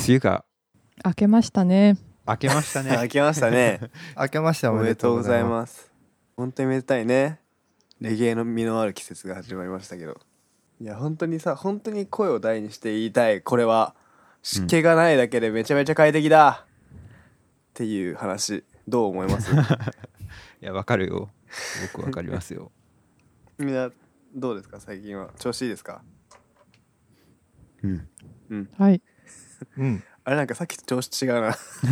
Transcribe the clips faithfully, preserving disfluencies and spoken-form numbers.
雨が明けましたね。 明けましたね。 明けましたね。 明けましておおめでめでとうとうございございます。 ます。本当にめでたいね。レゲエの実のある季節が始まりましたけど、いや本当にさ、本当に声を大にして言いたい。これは湿気がないだけでめちゃめちゃ快適だ、っていう話、どう思います？ いやわかるよ。僕わかりますよ。 みんなどうですか？最近は調子いいですか？ うんうんはい。 うん。 あれ、なんかさっきと調子違うな。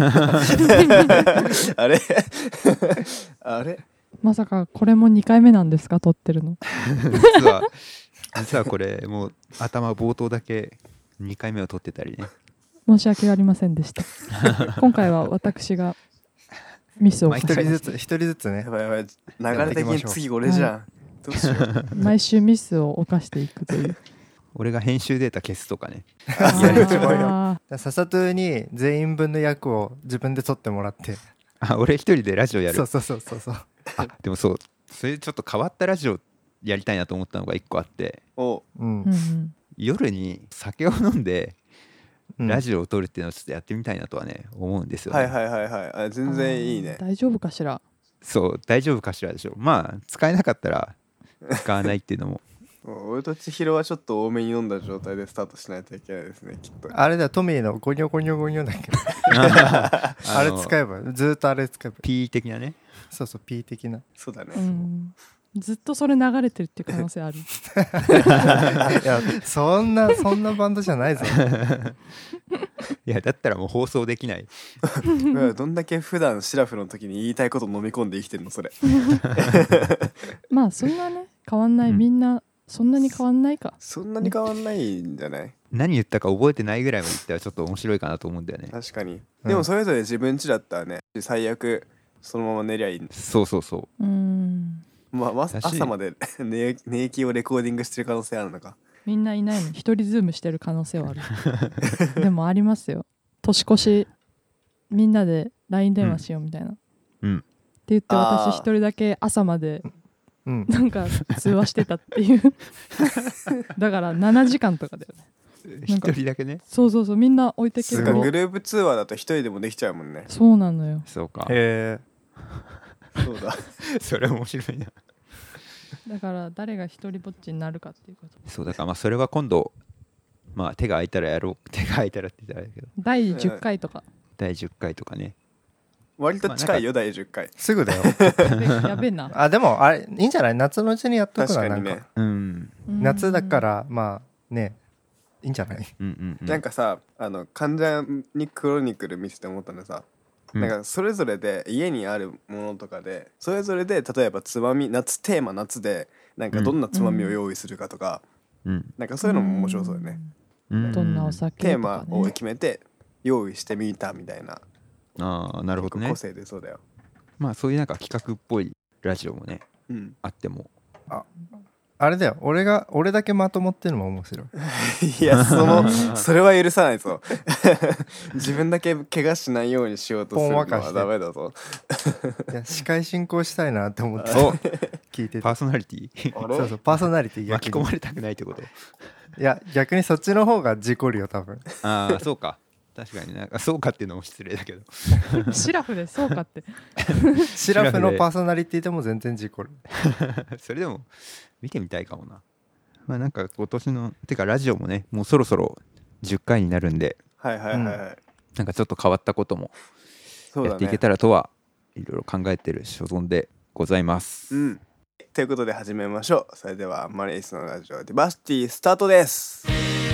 あれあれまさかこれもにかいめなんですか、撮ってるの。 実は実はこれもう頭冒頭だけにかいめを撮ってたりね。 申し訳ありませんでした。今回は私がミスをまあ一人ずつ一人ずつねや。ばいやばい、流れ的に次俺じゃん。どうしよう。 毎週ミスを犯していくという。 俺が編集データ消すとかね。 やりちまうよあササトゥに全員分の役を自分で取ってもらって。 あ、俺一人でラジオやる。 そうそうそうそうそう。 あ、でもそうそれちょっと変わったラジオやりたいなと思ったのが一個あって、 おうんーうんうん夜に酒を飲んでうんラジオを撮るっていうのをちょっとやってみたいなとはね思うんですよね。 はいはいはいはい。あ、全然いいねあ。ー大丈夫かしら。 そう大丈夫かしらでしょ。まあ使えなかったら使わないっていうのももう俺と千尋はちょっと多めに飲んだ状態でスタートしないといけないですね、きっと。 あれだよ、トミーのゴニョゴニョゴニョだっけああれ使えばずーっとあれ使えば P 的なね。 そうそう P 的な。 そうだね。 うんずっとそれ流れてるっていう可能性ある。 いやそんなそんなバンドじゃないぞ。 いやだったらもう放送できない。 うんどんだけ普段シラフの時に言いたいこと飲み込んで生きてんのそれ。 まあそんなね変わんない、 うんみんなそんなに変わんないか。 そんなに変わんないんじゃない？ 何言ったか覚えてないぐらいまで言ったらちょっと面白いかなと思うんだよね。 確かに。 うんでもそれぞれ自分家だったらね、最悪そのまま寝りゃいい。 そうそうそううんまあ、まだし朝まで寝寝息をレコーディングしてる可能性あるのか。 みんないないのに一人ズームしてる可能性はある。でもありますよ。年越しみんなで ライン 電話しようみたいな、 うんって言ってあー私一人だけ朝までうん。 なんか通話してたっていうだからななじかんとかだよね。 一人だけね。 そうそうそう、みんな置いてけすごいグループ通話だと一人でもできちゃうもんね。 そうなのよ。 そうか。 へそうだ。 それ面白いな。 だから誰が一人ぼっちになるかっていうこと。 そうだからまあそれは今度まあ手が空いたらやろう。手が空いたらって言ったらあれだけどだいじゅっかいとかだいじゅっかいとかね。 割と近いよ、だいじゅっかい。 えすぐだよ。 やべやべえな。 あでもあれいいんじゃない？夏のうちにやっとく確かにねのはなんか。 うん夏だからまあねいいんじゃない？ うんうんうん。 なんかさ、あの関ジャニクロニクル見せて思ったのさ、 うんなんかそれぞれで家にあるものとかでそれぞれで例えばつまみ、夏テーマ夏でなんかどんなつまみを用意するかとか、 うんなんかそういうのも面白そうだよね。 うんどんなお酒とか、ね、 テーマを決めて用意してみたみたいな。 ああなるほどね個。性出そうだよ。 まあそういうなんか企画っぽいラジオもねうん。 あっても。 あれだよ、俺が俺だけまともっていうのも面白い。 いや、そのそれは許さないぞ。自分だけ怪我しないようにしようとするのはダメだぞ。 いや司会進行したいなって思ってお聞いてて。 パーソナリティあれそうそうパーソナリティ逆に。 巻き込まれたくないってこと。 いや逆にそっちの方が事故るよ多分。 ああそうか。確かになんかそうかっていうのも失礼だけど。 シラフでそうかってシラフのパーソナリティでも全然事故る。 それでも見てみたいかもな。まあなんか今年のてかラジオもねもうそろそろじゅっかいになるんで、 はいはいはいはい。 なんかちょっと変わったこともそうだね。 やっていけたらとはいろいろ考えてる所存でございます。 うん。ということで始めましょう。それではマリースのラジオディバーシティスタートです。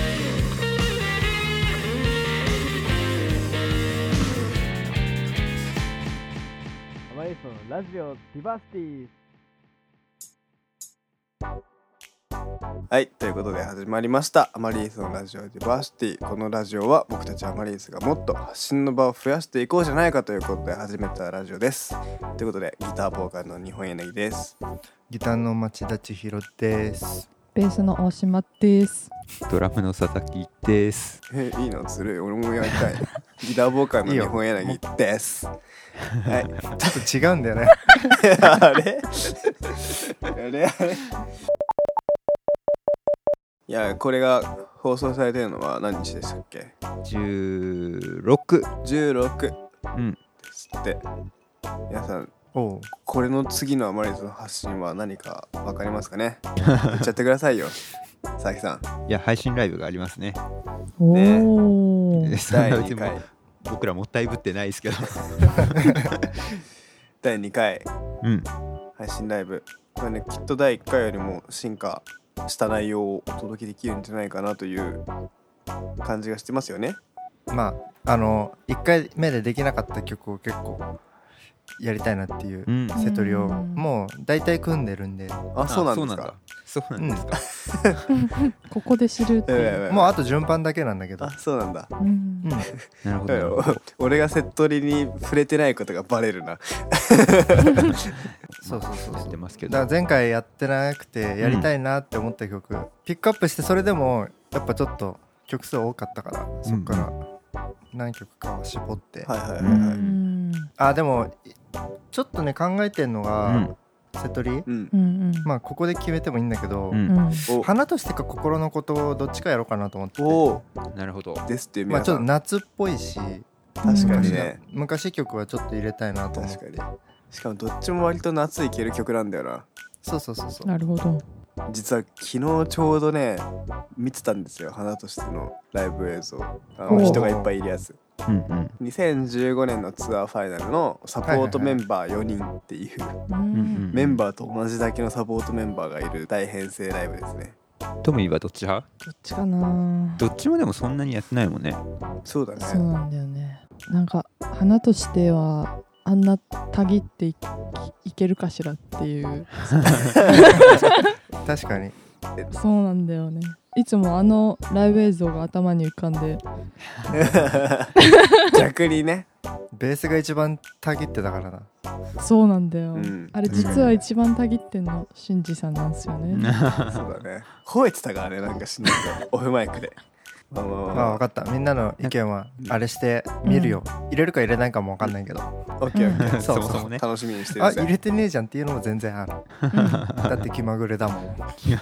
マリースのラジオディバーシティ。はい、ということで始まりましたアマリースのラジオディバーシティ。このラジオは僕たちアマリースがもっと発信の場を増やしていこうじゃないかということで始めたラジオです。ということでギターボーカルの日本柳です。 ギターの町田千尋です。 ベースの大島です。 ドラムの佐々木です。 え、いいのずるい、俺もやりたい。ギターボーカルの日本柳です。はい。 ちょっと違うんだよね。 あれあれあれいいやこれが放送されてるのは何日でしたっけ？ じゅうろく。 じゅうろくうんですって。皆さんおうこれの次のアマリズの発信は何か分かりますかね？言っちゃってくださいよ佐々木さん。 いや配信ライブがありますね。 おねお、 でそんなだい別にもにかい僕らもったいぶってないですけどだいにかいうん配信ライブこれねきっとだいいっかいよりも進化した内容をお届けできるんじゃないかなという感じがしてますよね。 まああのいっかいめでできなかった曲を結構やりたいなっていううんセトリをうんもう大体組んでるんで、 あそうなんですか。 そうなんですか。 ここで知るっていう。 やばいやばいもうあと順番だけなんだけど、 あそうなんだ。 うんうん、 なるほどなるほど。 俺がセットリに触れてないことがバレるな。 そうそうそうやそうってますけど。 だから前回やってなくてやりたいなって思った曲、ピックアップしてそれでもやっぱちょっと曲数多かったからそっから何曲かは絞って、 はいはいはいはい。 ううんんあでもちょっとね考えてんのが、 うんセトリうんうんうんまあここで決めてもいいんだけど、 うんうんお花としてか心のことをどっちかやろうかなと思ってて、 おなるほど。 ですっていうまあちょっと皆さん。 夏っぽいし確かにね。 昔曲はちょっと入れたいなと思って確かに。しかもどっちも割と夏いける曲なんだよな。 そうそうそうそうなるほど。 実は昨日ちょうどね見てたんですよ花としてのライブ映像。あおうの人がいっぱいいるやつ。 うんうんにせんじゅうごねんのツアーファイナルのサポートメンバーよにんっていうううんうんん。 メンバーと同じだけのサポートメンバーがいる大編成ライブですね。 トミーはどっち派？ どっちかな。 どっちもでもそんなにやってないもんね。 そうだそうね。 なんだよね。なんか花としてはあんなたぎっていいけるかしらっていう。 確かにそうなんだよね。いつもあのライブ映像が頭に浮かんで。 逆にね。 ベースが一番たぎってたからなそうなんだよ、 うんあれ実は一番たぎってんのシンジさんなんですよね。 そうだね。吠えてたからねなんかしないけどオフマイクで。まあまあまああ分かったみんなの意見はあれして見るよ、入れるか入れないかも分かんないけど、 オッケーオッケー。 そもそもね。 楽しみにしてるぜ。 あ入れてねえじゃんっていうのも全然あるだって気まぐれだもん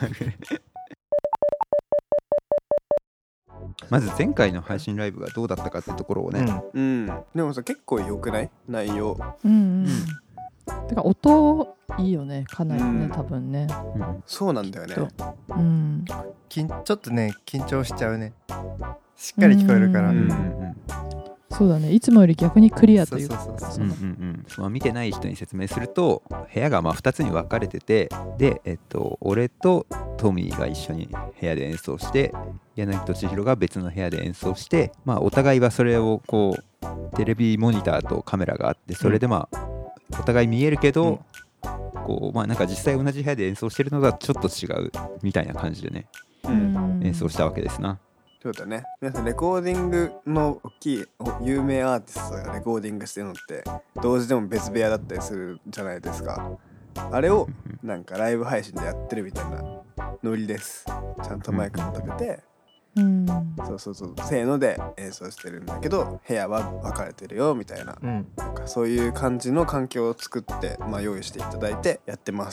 まず前回の配信ライブがどうだったかってところをね。 うん。でもさ結構良くない内容。 うんうん。てか音いいよねかなりね、 うん多分ね。 うんそうなんだよね。 うん。 きんちょっとね緊張しちゃうねしっかり聞こえるから、 ううんんうんうんそうだね。いつもより逆にクリアというか。 そうそうそううんうんうん、その見てない人に説明すると部屋がまあふたつに分かれててで、えっと、俺とトミーが一緒に部屋で演奏して柳と千尋が別の部屋で演奏して、まあ、お互いはそれをこうテレビモニターとカメラがあってそれでまあ、お互い見えるけど、こうまあ、なんか実際同じ部屋で演奏してるのがちょっと違うみたいな感じでねうん。 演奏したわけですな。 そうだね。皆さんレコーディングの大きいお有名アーティストがレコーディングしてるのって同時でも別部屋だったりするじゃないですか。あれをなんかライブ配信でやってるみたいなノリです。ちゃんとマイクも立てて、 うん。 そうそうそうせーので演奏してるんだけど部屋は分かれてるよみたいな、 うんなんかそういう感じの環境を作って、まあ、用意していただいてやってます。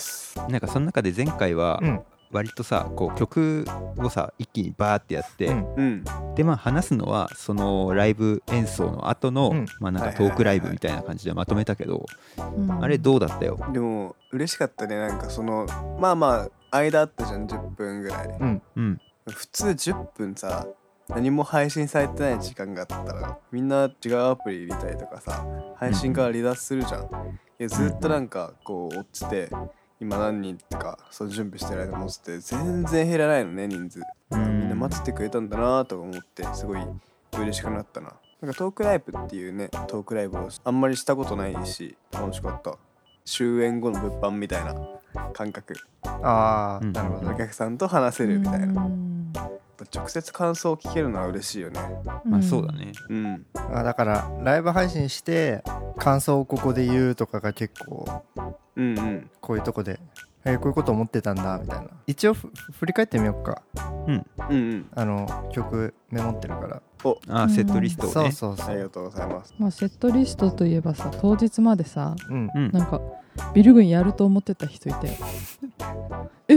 なんかその中で前回はうん割とさこう曲をさ一気にバーってやって、 うんうん。 でまあ話すのはそのライブ演奏の後の、 うんまあなんかトークライブみたいな感じでまとめたけど、 うんあれどうだったよ。 でも嬉しかったね。なんかそのまあまあ間あったじゃんじゅっぷんぐらい。 うんうん普通じゅっぷんさ何も配信されてない時間があったらみんな違うアプリ入れたりとかさ配信から離脱するじゃん。いやずっとなんかこう落ちて今何人とかそう準備してる間も落ちて全然減らないのね人数。みんな待っててくれたんだなとか思ってすごい嬉しくなったな。なんかトークライブっていうねトークライブをあんまりしたことないし楽しかった。終演後の物販みたいな感覚。 ああ、 うんなるほどお客さんと話せるみたいな。 うん直接感想を聞けるのは嬉しいよね。 まあそうだね。 うん。 あだからライブ配信して感想をここで言うとかが結構うんうん。 こういうとこで、えーこういうこと思ってたんだみたいな。一応ふ振り返ってみようか。 うんうん。 あの曲メモってるから。 お、 ああセットリストをね。 そうそうそう。 ありがとうございます。 まあセットリストといえばさ当日までさうんうんなんかビル群やると思ってた人いてえ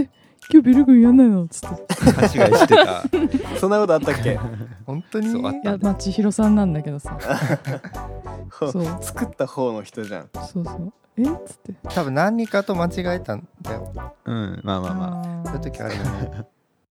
今日ビル君やんないのっつって勘違いしてたそんなことあったっけ？ 本当にそうあっいやまあ千尋さんなんだけどさそう作った方の人じゃん。 そうそうえっつって多分何かと間違えたんだよ。 うんまあまあまああそういう時あるよね。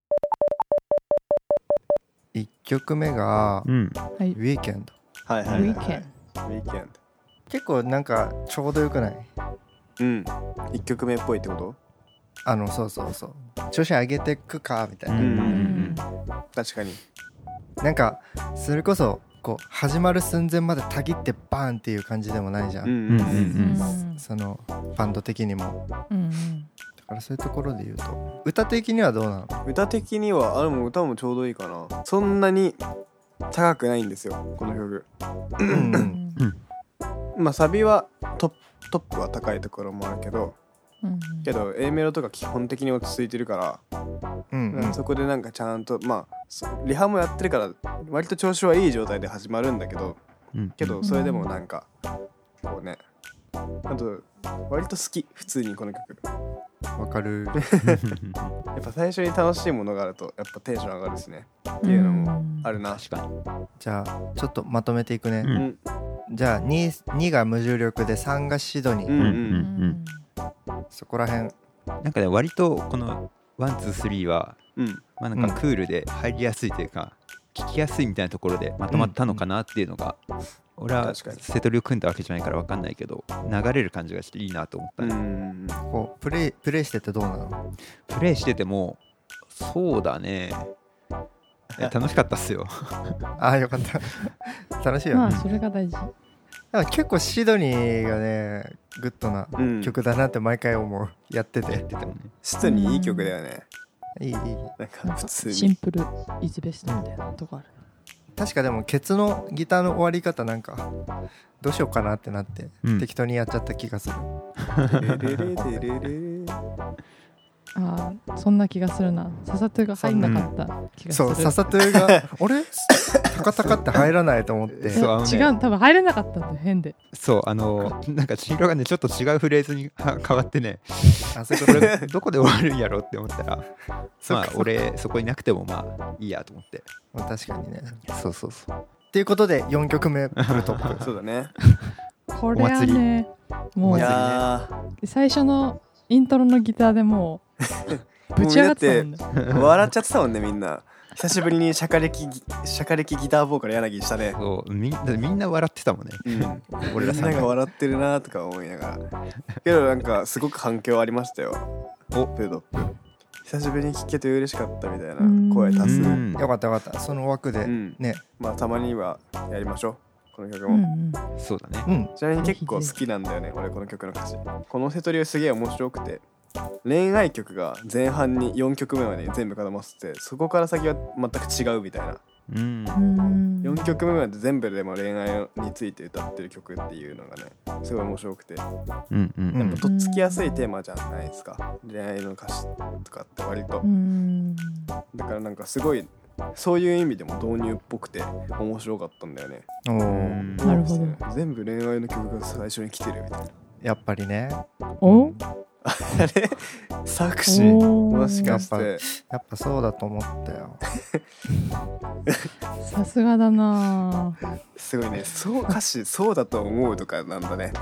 いっきょくめがうんーはいウィーケンド。 はいはいはい、はい、 ウィーケンウィーケン結構なんかちょうどよくない？ ド。うんいっきょくめっぽいってこと？ あのそうそうそう調子上げてくかみたいな、 うんうんうん確かに。 なんかそれこそこう始まる寸前までたぎってバーンっていう感じでもないじゃん、 うんうんうんうんそのバンド的にも。 うんだからそういうところで言うと歌的にはどうなの？ 歌的にはあでも歌もちょうどいいかな。そんなに高くないんですよこの曲。 うんううんんまあサビはトップトップは高いところもあるけどうんけど A メロとか基本的に落ち着いてるから、 うんうんそこでなんかちゃんとまあそリハもやってるから割と調子はいい状態で始まるんだけどうんけどそれでもなんかこうねあと割と好き普通にこの曲。 わかる。 やっぱ最初に楽しいものがあるとやっぱテンション上がるしねっていうのもあるな。 確かにじゃあちょっとまとめていくね、 うんうんじゃあ に, にが無重力でさんがシドニー、 うんうんうんうんそこら辺なんかね割とこのワンツースリーはうんまあなんかクールで入りやすいというか聞きやすいみたいなところでまとまったのかなっていうのが俺は確かにセトリを組んだわけじゃないから分かんないけど流れる感じがしていいなと思ったうね、 んこうプレイプレイしててどうなの？ プレイしててもそうだねいや楽しかったっすよああよかった楽しいよね、 まあそれが大事なんか結構シドニーがねグッドなうん曲だなって毎回思うやってやてっててもねシトにいい曲だよね。 いいいいなんなんかか普通シンにプルイズベストみたいなとこある確かでもケツのギターの終わり方なんかどうしようかなってなって、 うん適当にやっちゃった気がする。 レレレレレレああそんな気がするなササトゥが入んなかった気がするそうササトゥがあれタカタカって入らないと思ってそうあのね違う多分入れなかったんだよ変でそうあのなんか千尋がねちょっと違うフレーズには変わってねあそういうことこれどこで終わるんやろって思ったらそっかまあ俺そこになくてもまあいいやと思ってまあ確かにねそうそうそうっていうことでよんきょくめブルトップそうだね。 これはねもいうや最初のイントロのギターでもうぶち上がってたもんねー笑っちゃってたもんねみんな。久しぶりにシャカ歴ギシャカ歴ギターボーカル柳したね。 そうみんなみんな笑ってたもんねうん。 俺らさみんなが笑ってるなとか思いながら。けどなんかすごく反響ありましたよ。 おブドップ。久しぶりに聞けて嬉しかったみたいなうん声多数。 うんよかったよかったその枠で、 うん。 ねまあたまにはやりましょうこの曲も。 うんうんそうだねうんちなみに結構好きなんだよね俺この曲の歌詞。このセトリはすげえ面白くて恋愛曲が前半によんきょくめまでに全部固まっててそこから先は全く違うみたいな。 うんうんよんきょくめまで全部でも恋愛について歌ってる曲っていうのがねすごい面白くてやっうんうんぱとっつきやすいテーマじゃないですか恋愛の歌詞とかって割とうんだからなんかすごいそういう意味でも導入っぽくて面白かったんだよね。 おうーんなるほど全部恋愛の曲が最初に来てるみたいな。 やっぱりねおあれ作詞おーもしかしてやっぱそうだと思ったよさすがだなすごいねそう歌詞そうだと思うとかなんだね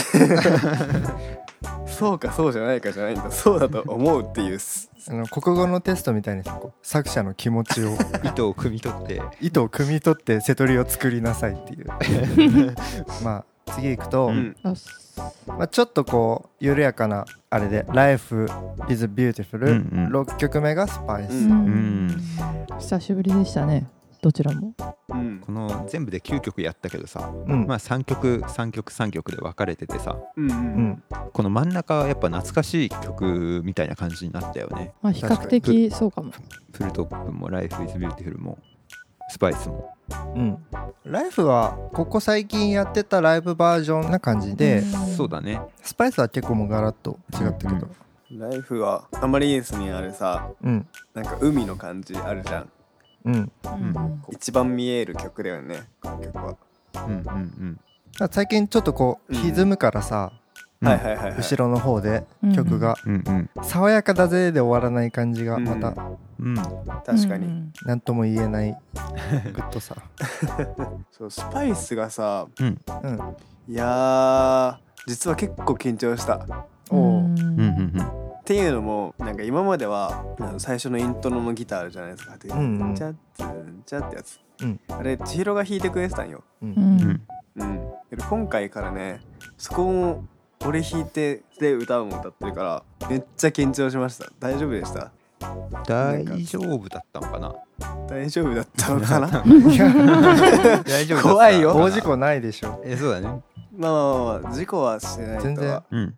そうかそうじゃないかじゃないんだそうだと思うっていうすあの国語のテストみたいにこう作者の気持ちを糸を汲み取って意図を汲み取ってセトリを作りなさいっていうまあ次行くと、 うんあまあ、ちょっとこう緩やかなあれで「Life is Beautiful、 うんうんろっきょくめがスパイス、 うんうん久しぶりでしたねどちらもうんこの全部できゅうきょくやったけどさうんまあさんきょくさんきょくさんきょくで分かれててさうんううんんこの真ん中はやっぱ懐かしい曲みたいな感じになったよねまあ比較的そうかもフルトップも Life is Beautiful もスパイスもうん、ライフはここ最近やってたライブバージョンな感じで、 うんそうだねスパイスは結構もうガラッと違ったけどライフはアマリエンスにあるさうんなんか海の感じあるじゃん。 うん、 うん一番見える曲だよねこの曲は。 うんうんうん最近ちょっとこううん歪むからさ、 うんはいはいはいはい。 後ろの方で曲がうんうん爽やかだぜで終わらない感じがまたうん確かに、 うん何とも言えないグッドさ。 そうスパイスがさ、 うんうんいやー実は結構緊張した。 おううんうんうんっていうのもなんか今まではあの最初のイントロのギターあるじゃないですか。でうんうんチャッツンチャってやつ、 うんあれ千尋が弾いてくれてたんよ。 ううんうんんうん。けど今回からねそこも俺弾いてで歌うも歌ってるからめっちゃ緊張しました。大丈夫でした？ 大丈夫だったのかな。 大丈夫だったのかな大丈夫だった怖いよ大事故ないでしょ。 えそうだね。 まあまあまあまあ事故はしてないとは。 全然うん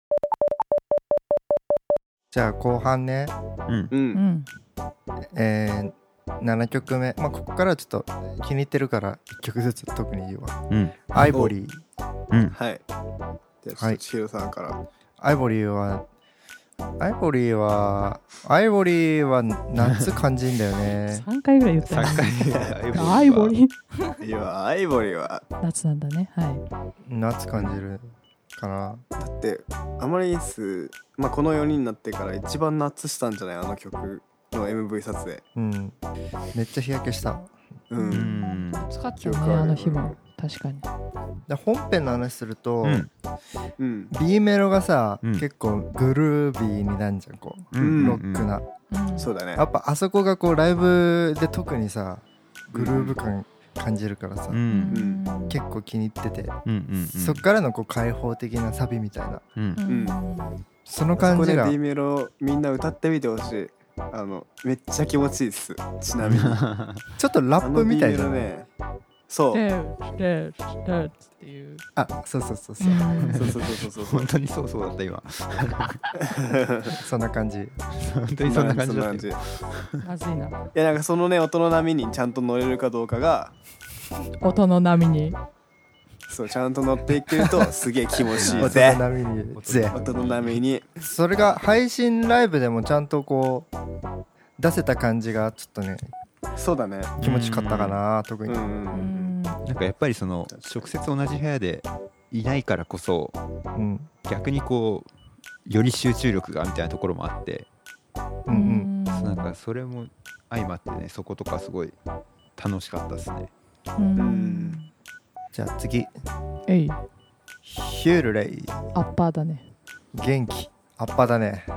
じゃあ後半ね、 うんう。 うんんえー、ななきょくめ、まあ、ここからちょっと気に入ってるからいっきょくずつ特に言うわ。 うんアイボリー。 うんはい。じゃあちょっはいと千尋さんから。 アイボリーはアイボリーはアイボリーは夏感じんだよね。 さんかいぐらい言ったよ三ね回アイボリーいやアイボリーは夏なんだね。は夏感じるかな。 だってアマリンス、まあ、このよにんになってから一番夏したんじゃない？あの曲の エムブイ 撮影。 うん。めっちゃ日焼けした。 う。 うんんい暑かった記憶あるよねあの日も。確かに。 で本編の話すると、 うんうん。 B メロがさ、 うん結構グルービーになんじゃんこう、 うんロックな。 うんそうだねや。っぱあそこがこうライブで特にさグルーヴ感感じるからさ、 うんうん結構気に入ってて、 うんうんうんそっからのこう開放的なサビみたいなうんうんそのそこで感じが B メロみんな歌ってみてほしい。あのめっちゃ気持ちいいです。ちなみにあちょっとラップの B みたいじゃん、 メロね。そう。 でででっていう。 あそうそうそうそう、 うんそうそうそうそうそう。 本当にそうそうだった今。 そんな感じ。 本当にそんな感じだったそんよ。 まずいな。 いやなんかそのね音の波にちゃんと乗れるかどうかが音の波に。 そうちゃんと乗っていけるとすげえ気持ちいい音ぜの。波にぜ音の波に。 それが配信ライブでもちゃんとこう出せた感じがちょっとねそうだね。 気持ちよかったかな、特に、 うんううんんなんかやっぱりその直接同じ部屋でいないからこそうん逆にこうより集中力がみたいなところもあって、 うんうんなんかそれも相まってねそことかすごい楽しかったですね。 うんじゃあ次えいヒュールレイアッパーだね。 元気アッパーだね。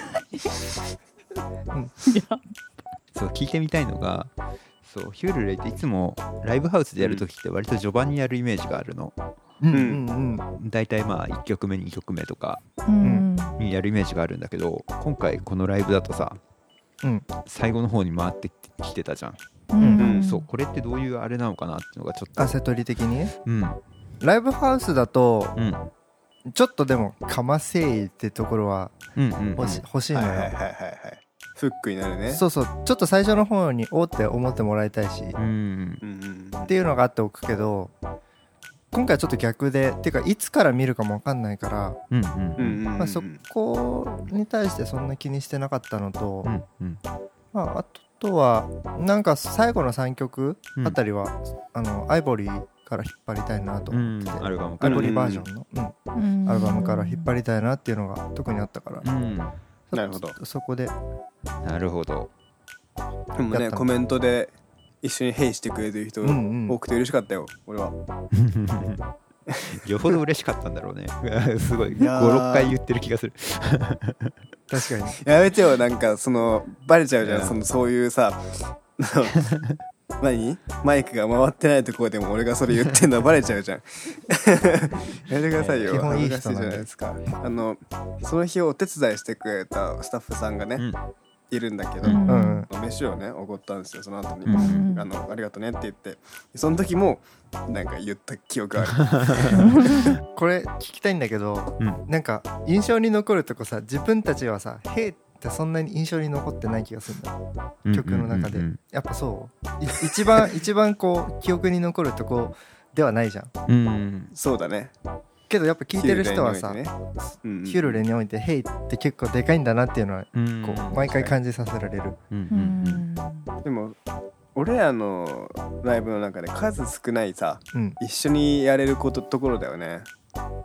いやそう聞いてみたいのが、そうヒュールレイっていつもライブハウスでやるときって割と序盤にやるイメージがあるの。 うんうんうんだいたいまあいっきょくめにきょくめとかうんにやるイメージがあるんだけど、今回このライブだとさうん最後の方に回ってきてたじゃん。 うんそうこれってどういうあれなのかなっていうのがちょっと汗取り的にうんライブハウスだとうんちょっとでもかませいってところはうんうんうん欲し,、欲しいのよ、 はいはいはいはいはい。フックになるね。 そうそうちょっと最初の方におーって思ってもらいたいし、 うんうんうんうん。 っていうのがあっておくけど今回はちょっと逆でっていうかいつから見るかも分かんないから、 うんうんうんうんうん。 まあ、そこに対してそんな気にしてなかったのと、 うんうんまあ、あとはなんか最後のさんきょくうんあたりは、あのアイボリーから引っ張りたいなとう思ってて、 んアルバムアからイボリーバージョンの、うんうんアルバムから引っ張りたいなっていうのが特にあったから、 うんなるほど。 そこでなるほど。 でもやったのねコメントで一緒にヘイしてくれてる人うんうん多くて嬉しかったよ俺は。 よほど嬉しかったんだろうね。すごいいやーご、ろっかい言ってる気がする。 確かにやめてよなんかそのバレちゃうじゃいやんそのそういうさ何マイクが回ってないところでも俺がそれ言ってんのバレちゃうじゃんやめてくださいよ基本いい人恥ずかしいじゃなんでないですか。あのその日お手伝いしてくれたスタッフさんがね、 うんいるんだけど、 うんうん飯をねおごったんですよその後に、 うんあのありがとねって言ってその時もなんか言った記憶あるこれ聞きたいんだけどうんなんか印象に残るとこさ自分たちはさ「へい」ってそんなに印象に残ってない気がするんだ曲の中で、 うんうんやっぱそうい一番一番こう記憶に残るとこではないじゃんうんうんそうだねけどやっぱ聞いてる人はさ、 ヒュールレにおいてねうんうんヒュールレにおいて「へい」って結構でかいんだなっていうのはうんこう毎回感じさせられる。 うんううんんでも俺らのライブの中で数少ないさうん一緒にやれることところだよね。 う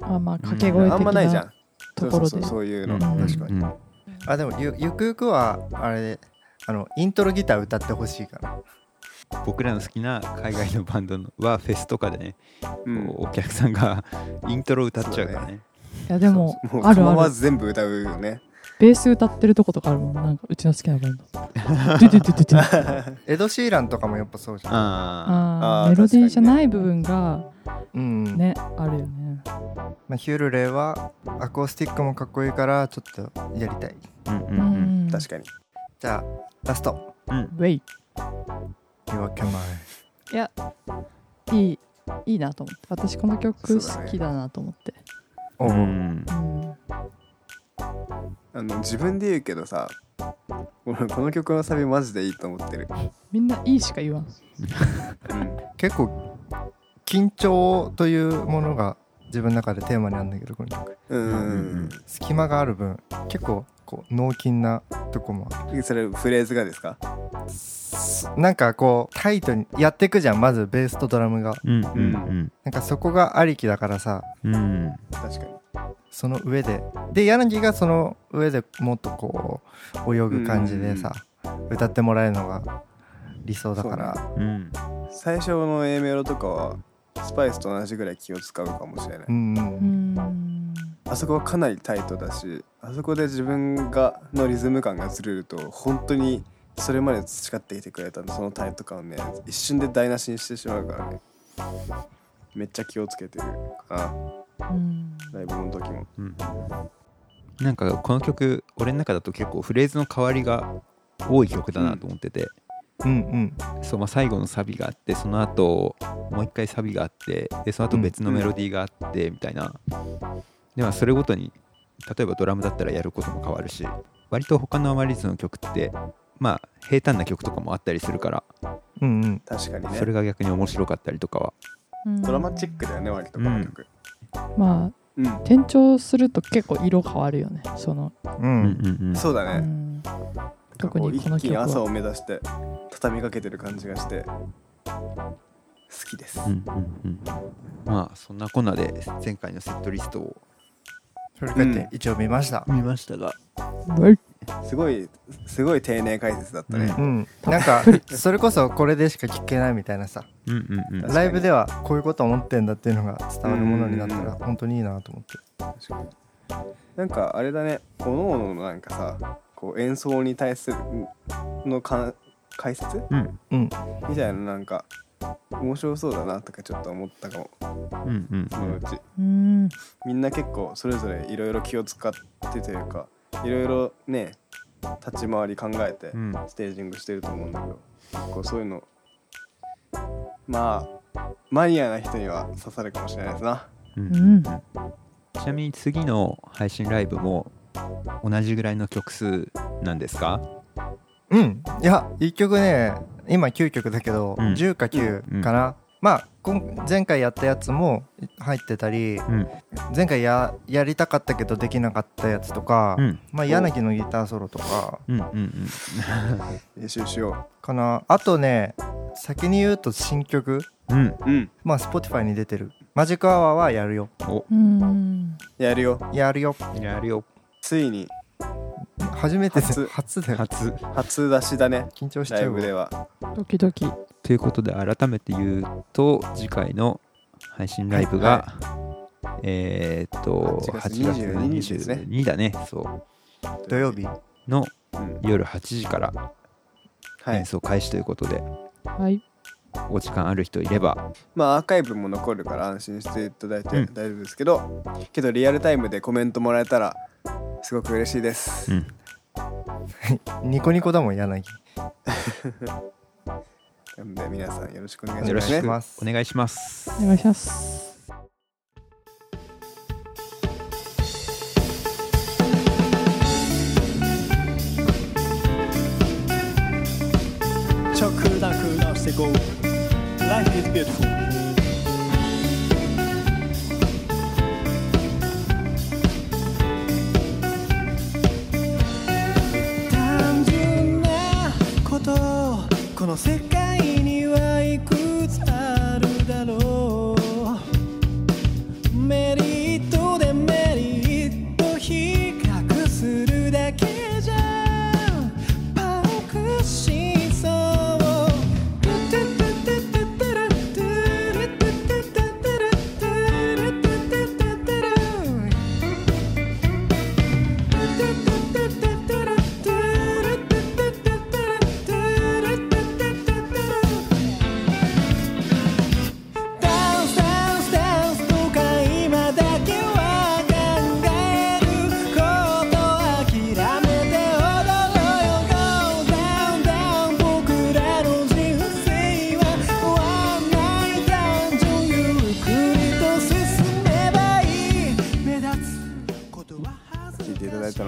あまあ掛け声的あんまないじゃなんところでそうそうそうそういうの、 うん確かに、 うんあでもゆゆくゆくはあれであのイントロギター歌ってほしいかな。 僕らの好きな海外のバンドのはフェスとかでね、 うんこうお客さんがイントロ歌っちゃうからね。 いやでももう構わあるあるず全部歌うよね。 ベース歌ってるとことかあるもんなんかうちの好きなバンドドゥドゥドゥドゥドゥエド・シーランとかもやっぱそうじゃん。 あああーーメロディーじゃ確かにねない部分がうん、 ねあるよね。 まあ、ヒュルレイはアコースティックもかっこいいからちょっとやりたい。 あ、うんううんうんん確かに。 じゃあラストうんウェイ夜明け前。 いやいいいいなと思って私この曲そうだね好きだなと思っておう、 うんうんあの自分で言うけどさ、俺この曲のサビマジでいいと思ってる。 みんないいしか言わんうん結構緊張というものが自分の中でテーマにあるんだけどこの曲うんうんうん隙間がある分結構こう脳筋なとこもあうん。それフレーズがですか？ る。なんかこうタイトにやってくじゃんまずベースとドラムが。 うんうんなんかそこがありきだからさうんうん確かに。 その上でで柳がその上でもっとこう泳ぐ感じでさ、歌ってもらえるのが理想だからうん最初の A メロとかはスパイスと同じぐらい気を使うかもしれない。 うんううんんあそこはかなりタイトだし、あそこで自分がのリズム感がずれると本当にそれまで培ってきてくれたそのタイト感をね一瞬で台無しにしてしまうからね。めっちゃ気をつけてるかうんな、ライブの時も。 うんなんかこの曲俺の中だと結構フレーズの代わりが多い曲だなと思ってて、 うんそうまあ、最後のサビがあってその後もう一回サビがあってでその後別のメロディーがあってみたいな、ではそれごとに例えばドラムだったらやることも変わるし割と他のアマリズの曲ってまあ平坦な曲とかもあったりするからうんうん確かにねそれが逆に面白かったりとかはうんドラマチックだよね割とこの曲。 まあうん、 転調すると結構色変わるよねその、 ううんんうんうんそうだね。 うん、特にこの一気に曲は朝を目指して畳みかけてる感じがして好きです。 うんうんうんまあそんなこんなで前回のセットリストを振り返って一応見ました。 見ましたが、 ウェイすごいすごい丁寧解説だったね。 うん、なんかそれこそこれでしか聞けないみたいなさうんうんうん確かにライブではこういうこと思ってんだっていうのが伝わるものになったらうん本当にいいなと思って。 確かになんかあれだね、各々のなんかさこう演奏に対するのか解説うんうんみたいななんか面白そうだなとかちょっと思ったかも。 うんうんそのうちうんみんな結構それぞれいろいろ気を使ってというかいろいろね立ち回り考えてうんステージングしてると思うんだけど、結構そういうのまあマニアな人には刺さるかもしれないですな。 うんうんちなみに次の配信ライブも同じぐらいの曲数なんですか？ うんいやいっきょくね今きゅうきょくだけど、 うんじゅうかきゅうかな、まあ今前回やったやつも入ってたりうん前回ややりたかったけどできなかったやつとか、 うんまあ柳のギターソロとかうんうんうん練習しよかな。あとね先に言うと新曲うんう。うんまあ Spotify に出てるマジックアワーはやるよおうんやるよ。 やるよやるよついに初めてで初初だよ初初出しだね緊張しちライゃうわブでは。 ドキドキということで改めて言うと次回の配信ライブが、えーっとはちがつはちがつにじゅうににちですねにだねそ土曜日うのうん夜はちじからはい演奏開始ということで、 はいお時間ある人いればまあアーカイブも残るから安心していただいてうん大丈夫ですけど、けどリアルタイムでコメントもらえたらすごく嬉しいです。 うんニコニコだもん柳なので皆さんよろしくお願いしよろしくますね。 ますお願いします。 お願いします直濁なして Go Life is beautiful 単純なことこの世界にはいくつあるだろうメリット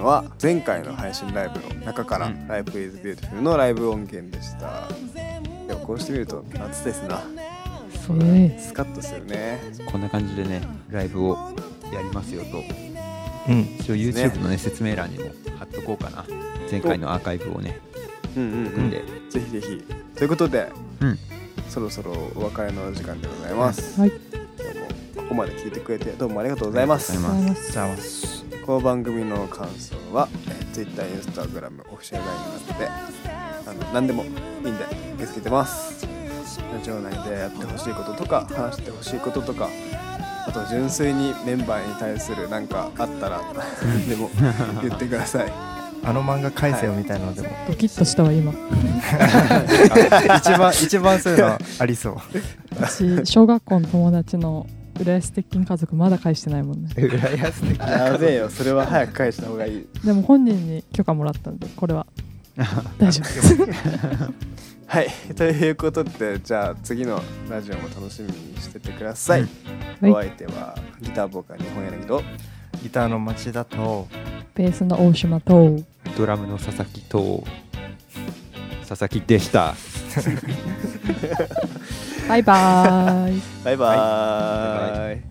のは前回の配信ライブの中から、 うん、 ライブイズビューティフルのライブ音源でした。でもこうしてみると夏ですな。 そうね。 スカッとするね。 こんな感じでねライブをやりますよと、 うん一応 YouTube のね説明欄にも貼っとこうかな。前回のアーカイブをねうんうんうん組んで、 ぜひぜひということで、 うんそろそろお別れのお時間でございます。 はい。 どうもここまで聞いてくれてどうもありがとうございます。 ありがとうございますじゃあこの番組の感想は、えー、Twitter、Instagram、オフィシャル ライン などであの何でもいいんで受け付けてます。ラジオ内でやってほしいこととか話してほしいこととか、あと純粋にメンバーに対する何かあったら何でも言ってください。 あの漫画返せよみたいなのでも、 ドキッとしたわ今。 一番一番そういうのありそう私小学校の友達の浦安鉄筋家族まだ返してないもんね。 浦安的やべえよ、それは早く返した方がいい。 でも本人に許可もらったんでこれは大丈夫です。 はい、ということでじゃあ次のラジオも楽しみにしててください。 はいお相手はギターボーカル日本柳とギターの町田とベースの大島とドラムの佐々木と佐々木でした。 バイバーイ。 バイバーイ。